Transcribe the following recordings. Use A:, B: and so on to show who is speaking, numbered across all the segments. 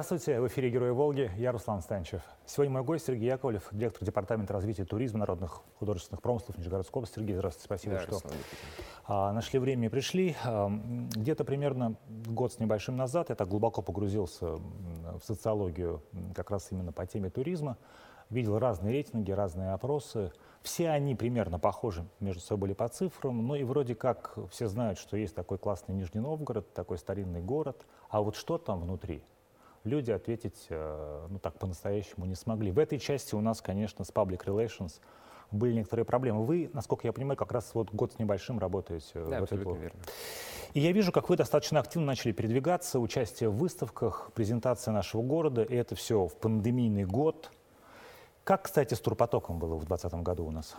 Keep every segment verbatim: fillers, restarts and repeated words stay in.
A: Здравствуйте, в эфире «Герои Волги», я Руслан Станчев. Сегодня мой гость Сергей Яковлев, директор департамента развития туризма, народных художественных промыслов Нижегородской области. Сергей, здравствуйте, спасибо,
B: Да,
A: что
B: Руслан,
A: а, нашли время и пришли. А, где-то примерно год с небольшим назад я так глубоко погрузился в социологию как раз именно по теме туризма. Видел разные рейтинги, разные опросы. Все они примерно похожи между собой были по цифрам. Ну и вроде как все знают, что есть такой классный Нижний Новгород, такой старинный город. А вот что там внутри? Люди ответить, ну так, по-настоящему не смогли. В этой части у нас, конечно, с Public Relations были некоторые проблемы. Вы, насколько я понимаю, как раз вот год с небольшим работаете.
B: Да,
A: в
B: абсолютно
A: этой...
B: верно.
A: И я вижу, как вы достаточно активно начали передвигаться, участие в выставках, презентация нашего города. И это все в пандемийный год. Как, кстати, с турпотоком было в двадцатом году у нас?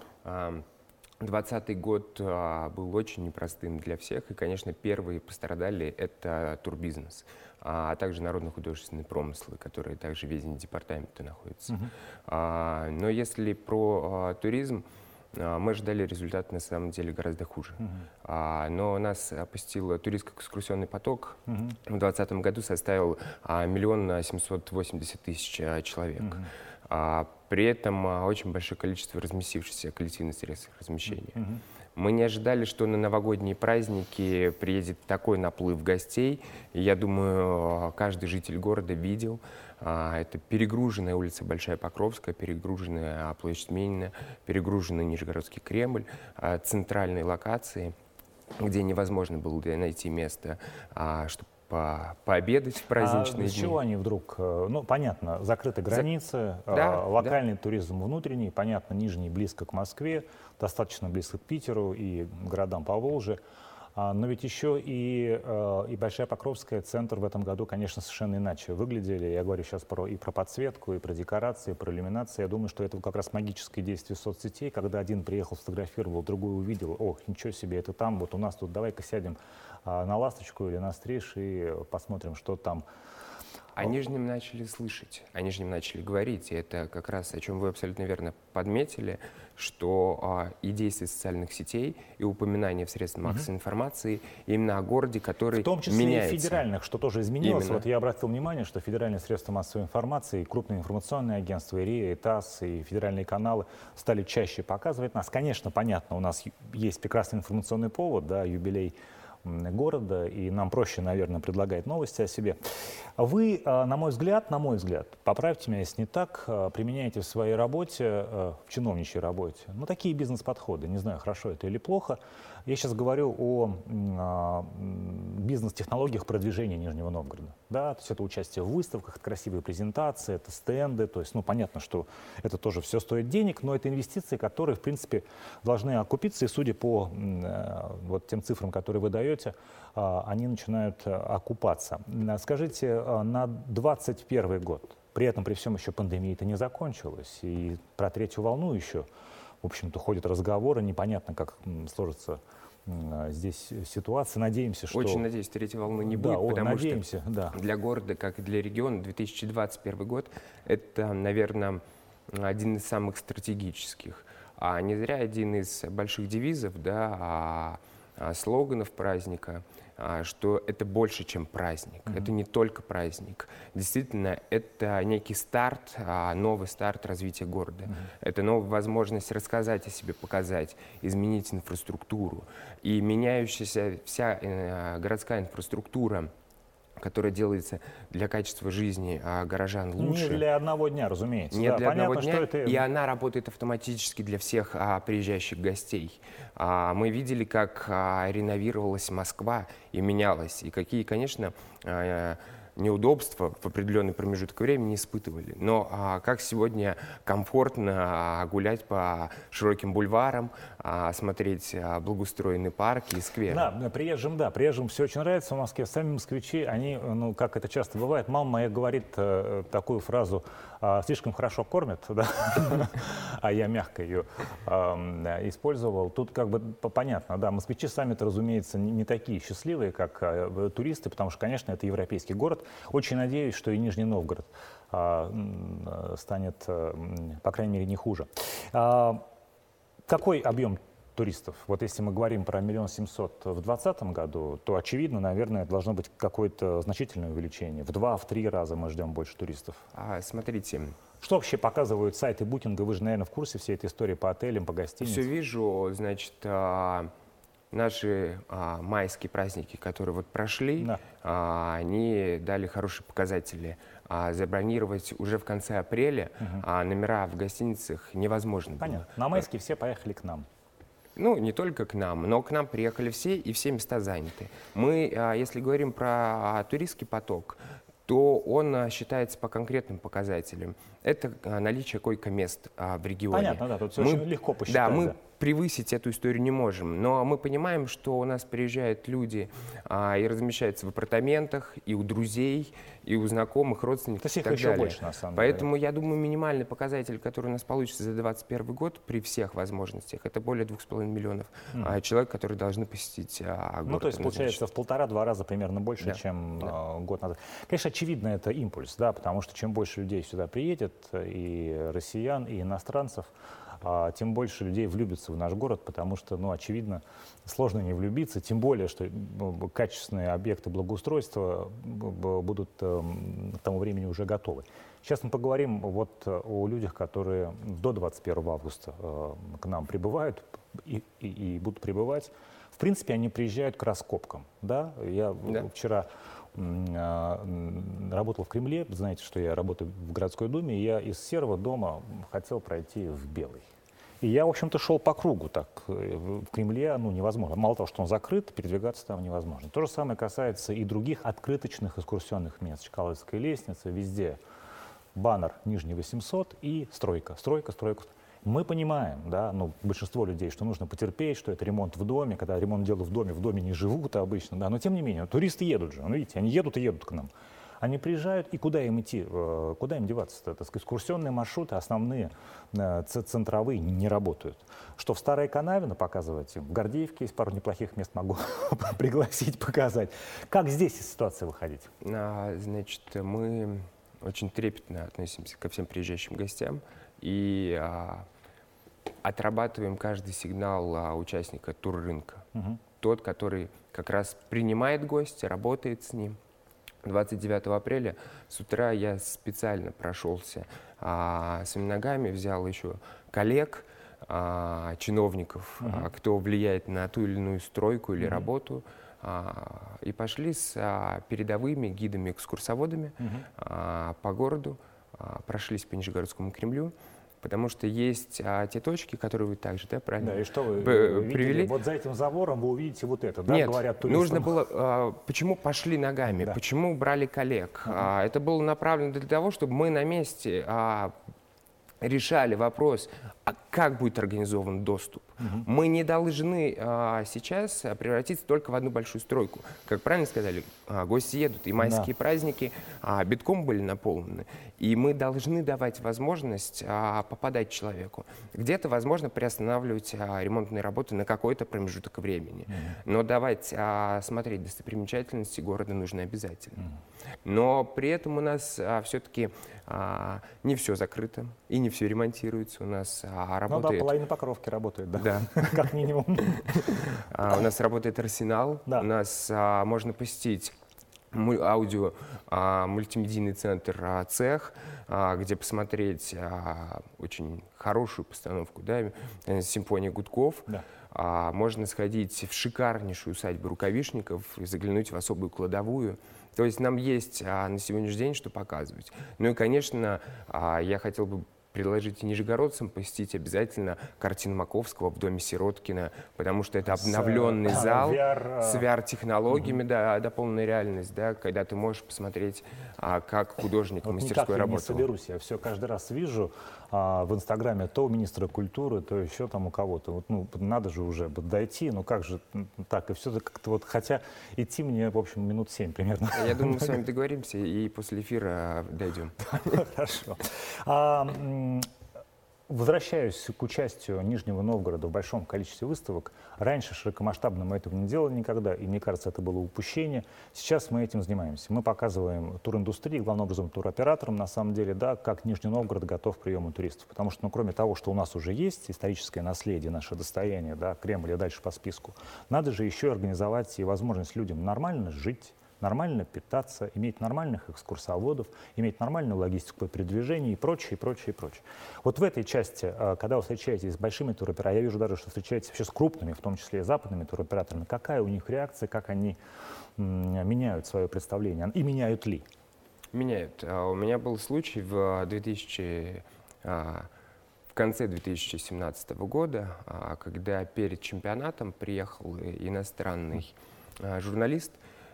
B: Двадцатый год а, был очень непростым для всех, и, конечно, первые пострадали — это турбизнес, а также народно-художественные промыслы, которые также в ведении департамента находятся. Uh-huh. а, но если про а, туризм, а, мы ожидали результат на самом деле гораздо хуже. Uh-huh. а, но нас опустил туристско-экскурсионный поток. Uh-huh. В двадцатом году составил а, миллион семьсот восемьдесят тысяч а, человек. Uh-huh. А, при этом а, очень большое количество разместившихся коллективных средств размещения. Mm-hmm. Мы не ожидали, что на новогодние праздники приедет такой наплыв гостей. И я думаю, каждый житель города видел. А, это перегруженная улица Большая Покровская, перегруженная площадь Ленина, перегруженный Нижегородский Кремль, а, центральные локации, где невозможно было найти место, а, чтобы По, пообедать в праздничные
A: а
B: дни.
A: С чего они вдруг, ну, понятно, закрыты границы,
B: За... да,
A: локальный
B: да.
A: туризм внутренний, понятно, Нижний близко к Москве, достаточно близко к Питеру и городам Поволжья. Но ведь еще и, и Большая Покровская, центр в этом году, конечно, совершенно иначе выглядели. Я говорю сейчас про, и про подсветку, и про декорации, и про иллюминацию. Я думаю, что это как раз магическое действие соцсетей, когда один приехал, сфотографировал, другой увидел, ох, ничего себе, это там, вот у нас тут, давай-ка сядем на ласточку или на стриж и посмотрим, что там.
B: О Нижнем начали слышать, о Нижнем начали говорить, и это как раз, о чем вы абсолютно верно подметили, что а, и действия социальных сетей, и упоминания в средствах массовой mm-hmm. информации именно о городе, который меняется.
A: В том числе
B: меняется.
A: И федеральных, что тоже изменилось.
B: Именно.
A: Вот я обратил внимание, что федеральные средства массовой информации, крупные информационные агентства, и РИА, и ТАСС, и федеральные каналы стали чаще показывать нас. Конечно, понятно, у нас есть прекрасный информационный повод, да, юбилей города, и нам проще, наверное, предлагать новости о себе. Вы, на мой взгляд, на мой взгляд, поправьте меня, если не так, применяете в своей работе, в чиновничьей работе, ну, такие бизнес-подходы. Не знаю, хорошо это или плохо. Я сейчас говорю о бизнес-технологиях продвижения Нижнего Новгорода. Да, то есть это участие в выставках, это красивые презентации, это стенды. То есть, ну, понятно, что это тоже все стоит денег, но это инвестиции, которые, в принципе, должны окупиться. И судя по вот тем цифрам, которые вы даете, они начинают окупаться. Скажите, на двадцать первый год, при этом, при всем еще пандемия-то не закончилась, и про третью волну еще, в общем-то, ходят разговоры, непонятно, как сложится здесь ситуация. Надеемся, что...
B: Очень надеюсь, третьей волны не будет,
A: да,
B: потому
A: надеемся,
B: что
A: да.
B: для города, как и для региона, две тысячи двадцать первый год — это, наверное, один из самых стратегических. А не зря один из больших девизов, да, а, а слоганов праздника, что это больше, чем праздник. Mm-hmm. Это не только праздник. Действительно, это некий старт, новый старт развития города. Mm-hmm. Это новая возможность рассказать о себе, показать, изменить инфраструктуру. И меняющаяся вся городская инфраструктура, которая делается для качества жизни а, горожан лучше.
A: Не для одного дня, разумеется.
B: Не
A: да,
B: для
A: понятно,
B: одного дня,
A: что это...
B: и она работает автоматически для всех а, приезжающих гостей. А, мы видели, как а, реновировалась Москва и менялась, и какие, конечно, а, неудобства в определенный промежуток времени испытывали. Но а, как сегодня комфортно а, гулять по широким бульварам, а, смотреть а, благоустроенные парки и скверы.
A: Да, приезжим, да, приезжим все очень нравится в Москве. Сами москвичи, они, ну, как это часто бывает, мама моя говорит э, такую фразу: слишком хорошо кормят, да? А я мягко ее э, использовал. Тут как бы понятно, да, москвичи сами-то, разумеется, не, не такие счастливые, как э, туристы, потому что, конечно, это европейский город. Очень надеюсь, что и Нижний Новгород э, станет, э, по крайней мере, не хуже. Э, какой объем туристов. Вот если мы говорим про миллион семьсот в двадцатом году, то, очевидно, наверное, должно быть какое-то значительное увеличение. В два, в три раза мы ждем больше туристов.
B: А, смотрите.
A: Что вообще показывают сайты букинга? Вы же, наверное, в курсе всей этой истории по отелям, по гостиницам?
B: Все вижу, значит, а, наши а, майские праздники, которые вот прошли,
A: Да.
B: а, они дали хорошие показатели. А, забронировать уже в конце апреля угу. а, номера в гостиницах невозможно.
A: Понятно.
B: Было.
A: На майские все поехали к нам.
B: Ну, не только к нам, но к нам приехали все, и все места заняты. Мы, а, если говорим про а, туристский поток, то он а, считается по конкретным показателям. Это а, наличие койко-мест а, в регионе.
A: Понятно, да, тут все
B: мы,
A: очень легко посчитать.
B: Да, мы
A: да.
B: превысить эту историю не можем, но мы понимаем, что у нас приезжают люди а, и размещаются в апартаментах, и у друзей, и у знакомых, родственников.
A: То есть их
B: и так
A: еще
B: далее.
A: больше, на самом
B: Поэтому
A: деле.
B: я думаю, минимальный показатель, который у нас получится за двадцать первый год при всех возможностях, это более двух с половиной миллионов mm. а, человек, которые должны посетить а, город.
A: Ну, то есть, получается, в полтора-два раза примерно больше,
B: да.
A: чем
B: да.
A: а, год назад. Конечно, очевидно, это импульс, да, потому что чем больше людей сюда приедет, и россиян, и иностранцев, а, тем больше людей влюбится в наш город, потому что, ну, очевидно, сложно не влюбиться, тем более, что качественные объекты благоустройства будут к тому времени уже готовы. Сейчас мы поговорим вот о людях, которые до двадцать первого августа к нам прибывают и, и, и будут прибывать. В принципе, они приезжают к раскопкам. Да? Я да. вчера работал в Кремле, знаете, что я работаю в городской думе, и я из серого дома хотел пройти в белый. И я, в общем-то, шел по кругу так. В Кремле ну, невозможно. Мало того, что он закрыт, передвигаться там невозможно. То же самое касается и других открыточных экскурсионных мест. Чкаловская лестница, везде баннер Нижний восемьсот и стройка, стройка, стройка. Мы понимаем, да, ну, большинство людей, что нужно потерпеть, что это ремонт в доме. Когда ремонт делают в доме, в доме не живут обычно, да, но тем не менее, туристы едут же, ну, видите, они едут и едут к нам. Они приезжают, и куда им идти, куда им деваться-то? Это экскурсионные маршруты, основные, центровые, не работают. Что в Старой Канавино показывать, в Гордеевке есть пару неплохих мест, могу пригласить, показать. Как здесь из ситуации выходить?
B: А, значит, мы очень трепетно относимся ко всем приезжающим гостям и а, отрабатываем каждый сигнал а, участника туррынка. Угу. Тот, который как раз принимает гостя, работает с ним. двадцать девятого апреля с утра я специально прошелся а, своими ногами, взял еще коллег, а, чиновников, uh-huh. а, кто влияет на ту или иную стройку или uh-huh. работу, а, и пошли с а, передовыми гидами-экскурсоводами uh-huh. а, по городу, а, прошлись по Нижегородскому Кремлю. Потому что есть а, те точки, которые вы также, да, правильно?
A: Да, и что вы
B: Б-
A: привели? Вот за этим забором вы увидите вот это, да,
B: Нет,
A: говорят туристам.
B: нужно было, а, почему пошли ногами, да. почему брали коллег? Uh-huh. А, это было направлено для того, чтобы мы на месте а, решали вопрос, а как будет организован доступ. Uh-huh. Мы не должны а, сейчас превратиться только в одну большую стройку. Как правильно сказали, а, гости едут, и майские да. праздники а, битком были наполнены. И мы должны давать возможность а, попадать человеку. Где-то, возможно, приостанавливать а, ремонтные работы на какой-то промежуток времени. Uh-huh. Но давать а, смотреть достопримечательности города нужно обязательно. Uh-huh. Но при этом у нас а, все-таки а, не все закрыто и не все ремонтируется. У нас а, работает...
A: Ну да, половина Покровки работает, да?
B: Да.
A: Как минимум.
B: А, у нас работает Арсенал, да. у нас а, можно посетить аудио а, мультимедийный центр а, «Цех», а, где посмотреть а, очень хорошую постановку, да, «Симфония гудков». Да. А, можно сходить в шикарнейшую усадьбу Рукавишников и заглянуть в особую кладовую. То есть нам есть а, на сегодняшний день что показывать. Ну и, конечно, а, я хотел бы предложить и нижегородцам посетить обязательно картину Маковского в доме Сироткина, потому что это обновленный с, зал ви ар, с ви ар-технологиями, угу. да, дополненная реальность, да, когда ты можешь посмотреть, а, как художник вот в мастерской работал.
A: Я не соберусь, я все каждый раз вижу а, в Инстаграме то у министра культуры, то еще там у кого-то. Вот, ну, надо же уже дойти, ну как же так, и все как-то вот, хотя идти мне, в общем, минут семь примерно.
B: Я думаю, мы с вами договоримся и после эфира дойдем.
A: Хорошо. А, Возвращаюсь к участию Нижнего Новгорода в большом количестве выставок. Раньше широкомасштабно мы этого не делали никогда, и мне кажется, это было упущение. Сейчас мы этим занимаемся. Мы показываем туриндустрии, главным образом туроператорам, на самом деле, да, как Нижний Новгород готов к приему туристов. Потому что, ну, кроме того, что у нас уже есть историческое наследие, наше достояние, да, Кремль и дальше по списку, надо же еще организовать и возможность людям нормально жить, нормально питаться, иметь нормальных экскурсоводов, иметь нормальную логистику по передвижению и прочее, и прочее, и прочее. Вот в этой части, когда вы встречаетесь с большими туроператорами, я вижу даже, что встречаетесь вообще с крупными, в том числе и западными туроператорами, какая у них реакция, как они меняют свое представление и меняют ли?
B: Меняют. У меня был случай в две тысячи в конце две тысячи семнадцатого года, когда перед чемпионатом приехал иностранный журналист,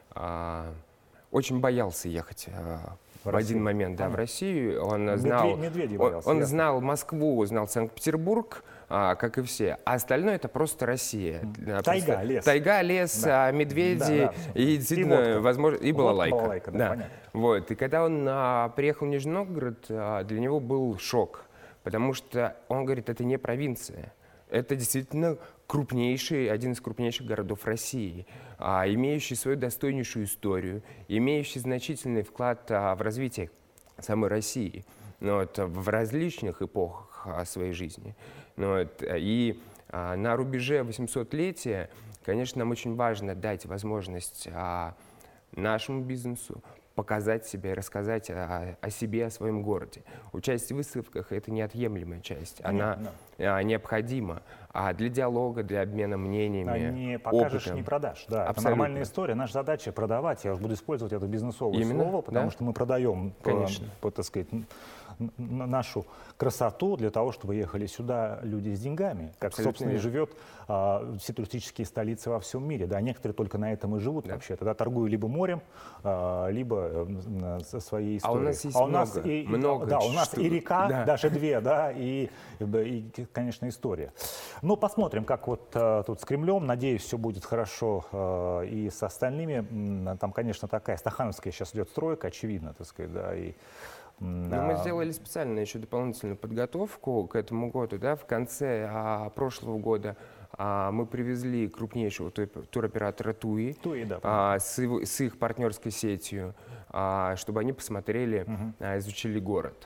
B: очень боялся ехать в, в один момент да, в Россию. Он знал, боялся, он, он знал Москву, знал Санкт-Петербург, а, как и все. А остальное это просто Россия.
A: Тайга,
B: просто,
A: лес.
B: Тайга, лес, да. медведи
A: да, да,
B: и действительно,
A: и
B: возможно, и балалайка.
A: балалайка да,
B: да. Вот. И когда он а, приехал в Нижний Новгород, а, для него был шок. Потому что он говорит, это не провинция. Это действительно крупнейший, один из крупнейших городов России, а, имеющий свою достойнейшую историю, имеющий значительный вклад а, в развитие самой России, ну, вот, в различных эпохах а, своей жизни. Ну, вот, и а, на рубеже восьмисотлетия, конечно, нам очень важно дать возможность а, нашему бизнесу показать себя и рассказать о, о себе, о своем городе. Участие в выставках — это неотъемлемая часть, она Нет, да. необходима. А для диалога, для обмена мнениями,
A: а не покажешь, опытом, не продашь. Да,
B: абсолютно.
A: Это нормальная история. Наша задача — продавать. Я уже буду использовать это бизнесовое Именно? слово, потому да? что мы продаем,
B: Конечно.
A: По, по, так сказать, нашу красоту для того, чтобы ехали сюда люди с деньгами, как, Абсолютно собственно, нет. и живет а, все туристические столицы во всем мире. Да, некоторые только на этом и живут да. вообще. Тогда торгуя либо морем, а, либо а, со своей историей.
B: А у нас есть
A: а у
B: много,
A: нас и,
B: много
A: да, у нас
B: штук.
A: и река,
B: да.
A: даже две, да, и, и, конечно, история. Ну, посмотрим, как вот а, тут с Кремлем. Надеюсь, все будет хорошо а, и с остальными. Там, конечно, такая стахановская сейчас идет стройка, очевидно, так сказать, да, и
B: Но мы сделали специально еще дополнительную подготовку к этому году. Да? В конце а, прошлого года а, мы привезли крупнейшего туроператора Туи,
A: Туи да,
B: а, с, его, с их партнерской сетью, а, чтобы они посмотрели, угу. а, изучили город.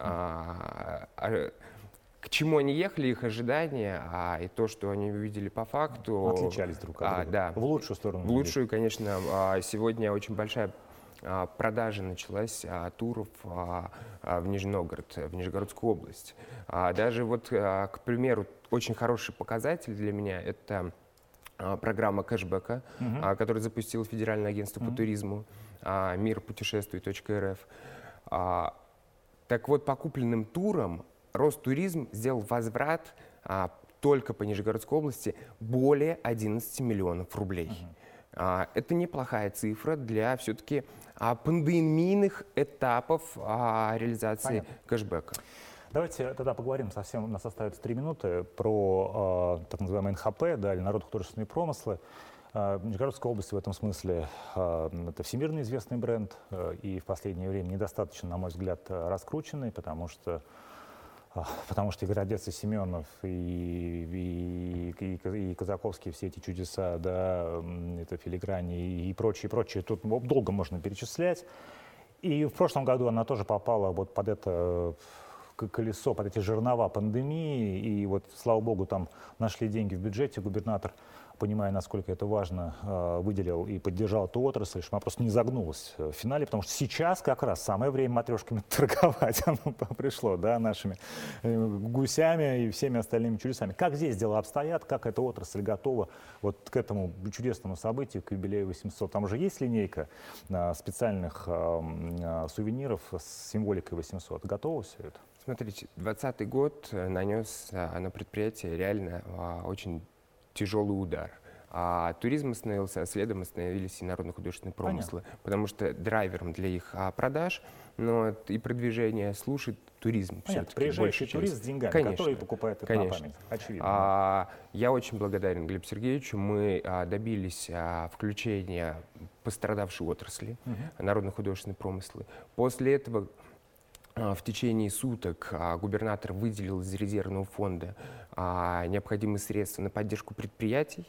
B: А, а, к чему они ехали, их ожидания, а и то, что они увидели по факту.
A: Отличались друг от друга.
B: А, да.
A: В лучшую сторону.
B: В лучшую, конечно. А, сегодня очень большая продажа началась а, туров а, а, в Нижний Новгород, в Нижегородскую область. А, даже вот, а, к примеру, очень хороший показатель для меня — это а, программа кэшбэка, uh-huh. а, которую запустило Федеральное агентство uh-huh. по туризму а, мир путешествий точка эр эф. А, так вот, по купленным турам Ростуризм сделал возврат а, только по Нижегородской области более одиннадцати миллионов рублей. Uh-huh. а, это неплохая цифра для все-таки а пандемийных этапов а, реализации Понятно. кэшбэка.
A: Давайте тогда поговорим совсем, у нас остается три минуты, про э, так называемый эн ха пэ, да, или народно-художественные промыслы. Э, Нижегородская область в этом смысле э, это всемирно известный бренд, э, и в последнее время недостаточно, на мой взгляд, раскрученный, потому что Потому что и Городец, и Семенов, и, и, и, и Казаковские, все эти чудеса, да, это филиграни и прочее, прочее, тут долго можно перечислять. И в прошлом году она тоже попала вот под это колесо, под эти жернова пандемии, и вот, слава богу, там нашли деньги в бюджете, губернатор, понимая, насколько это важно, выделил и поддержал эту отрасль, чтобы она просто не загнулась в финале, потому что сейчас как раз самое время матрешками торговать, оно пришло, да, нашими гусями и всеми остальными чудесами. Как здесь дела обстоят, как эта отрасль готова вот к этому чудесному событию, к юбилею восемьсот? Там уже есть линейка специальных сувениров с символикой восемьсот. Готово все это?
B: Смотрите, двадцатый год нанес на предприятие реально очень тяжелый удар. А туризм остановился, а следом остановились и народно-художественные промыслы, Понятно. потому что драйвером для их а, продаж но, и продвижения служит туризм.
A: Приезжающий турист с деньгами,
B: Конечно.
A: который покупает это
B: Конечно.
A: на память. Очевидно.
B: А, я очень благодарен Глебу Сергеевичу. Мы а, добились а, включения пострадавшей отрасли, угу. народно-художественные промыслы. После этого в течение суток губернатор выделил из резервного фонда необходимые средства на поддержку предприятий.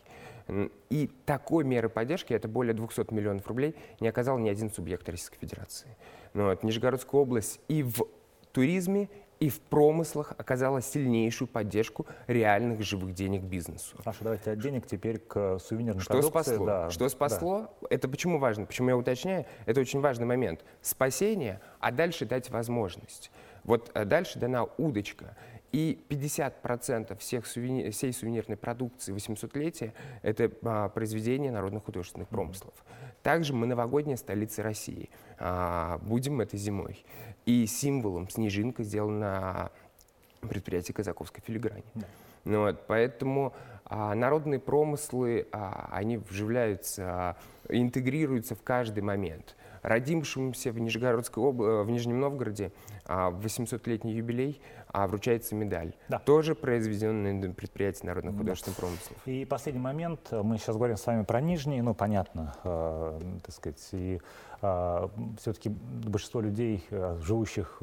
B: И такой меры поддержки, это более двухсот миллионов рублей, не оказал ни один субъект Российской Федерации. Но вот Нижегородская область и в туризме, и в промыслах оказала сильнейшую поддержку реальных живых денег бизнесу.
A: Хорошо, давайте от денег теперь к сувенирной
B: Что
A: продукции.
B: Спасло?
A: Да.
B: Что спасло? Да. Это почему важно? Почему я уточняю? Это очень важный момент. Спасение, а дальше дать возможность. Вот дальше дана удочка. И пятьдесят процентов всех сувени... всей сувенирной продукции восьмисотлетия – это а, произведения народных художественных промыслов. Также мы новогодняя столица России. А, будем этой зимой. И символом снежинка сделана предприятие казаковской филиграни. Да. Ну, вот, поэтому а, народные промыслы, а, они вживляются, а, интегрируются в каждый момент. Родившимся в Нижегородской области, в Нижнем Новгороде а, в восьмисотлетний юбилей а, вручается медаль. Да. Тоже произведенная на предприятии народных художественных да. промыслов.
A: И последний момент. Мы сейчас говорим с вами про Нижний, ну, понятно, э, так сказать, и э, все-таки большинство людей, э, живущих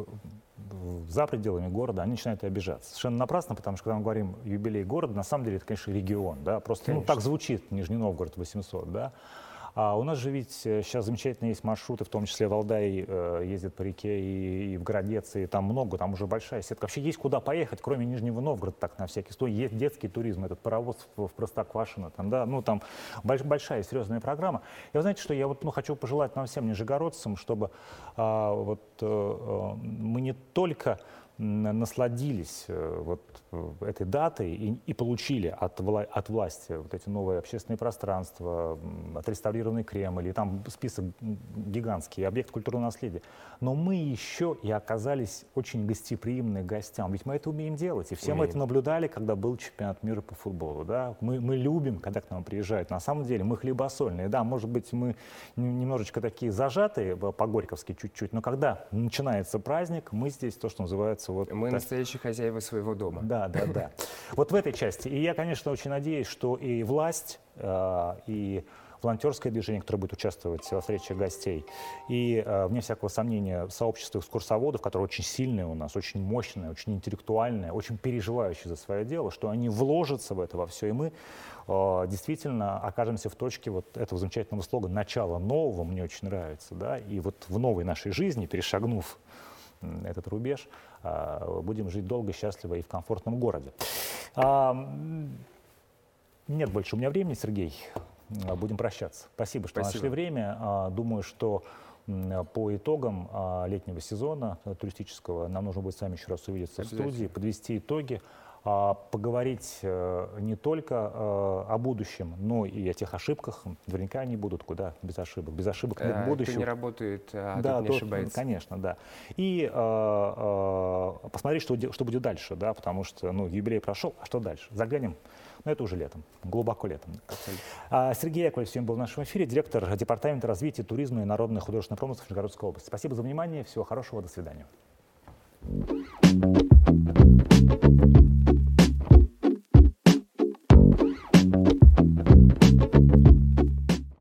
A: за пределами города, они начинают обижаться. Совершенно напрасно, потому что когда мы говорим юбилей города, на самом деле это, конечно, регион, да, просто ну, так звучит Нижний Новгород восемьсот, да. А у нас же ведь сейчас замечательно есть маршруты, в том числе Валдай э, ездит по реке и, и в Городец, и там много, там уже большая сетка. Вообще есть куда поехать, кроме Нижнего Новгорода, так на всякий случай. Есть детский туризм, этот паровоз в, в Простоквашино, там, да, ну там больш, большая серьезная программа. И вы знаете, что я вот ну, хочу пожелать нам всем нижегородцам, чтобы а, вот, а, мы не только насладились вот этой датой и, и получили от, вла от власти вот эти новые общественные пространства, отреставрированный Кремль, и там список гигантский, объект культурного наследия. Но мы еще и оказались очень гостеприимны к гостям, ведь мы это умеем делать, и все мы это наблюдали, когда был чемпионат мира по футболу. Да? Мы, мы любим, когда к нам приезжают. На самом деле мы хлебосольные. Да, может быть, мы немножечко такие зажатые, по-горьковски чуть-чуть, но когда начинается праздник, мы здесь то, что называется... Вот
B: мы
A: так.
B: настоящие хозяева своего дома.
A: Да, да, да. Вот в этой части. И я, конечно, очень надеюсь, что и власть, э, и волонтерское движение, которое будет участвовать во встрече гостей, и, э, вне всякого сомнения, сообщество экскурсоводов, которое очень сильное у нас, очень мощное, очень интеллектуальное, очень переживающее за свое дело, что они вложатся в это во все, и мы э, действительно окажемся в точке вот этого замечательного слогана «Начало нового», мне очень нравится, да, и вот в новой нашей жизни, перешагнув этот рубеж, будем жить долго, счастливо и в комфортном городе. Нет больше у меня времени, Сергей. Будем прощаться. Спасибо, что Спасибо. нашли время. Думаю, что по итогам летнего сезона туристического нам нужно будет с вами еще раз увидеться в студии, подвести итоги, поговорить не только о будущем, но и о тех ошибках. Наверняка они будут, куда без ошибок. Без ошибок нет
B: а,
A: будущего.
B: Кто не работает, а
A: да,
B: тот не
A: тот,
B: ошибается.
A: Конечно, да. И э, э, посмотреть, что, что будет дальше, да, потому что ну, юбилей прошел, а что дальше? Заглянем, но это уже летом, глубоко летом. А, Сергей Яковлев сегодня был в нашем эфире, директор Департамента развития туризма и народных художественных промыслов Нижегородской области. Спасибо за внимание, всего хорошего, до свидания.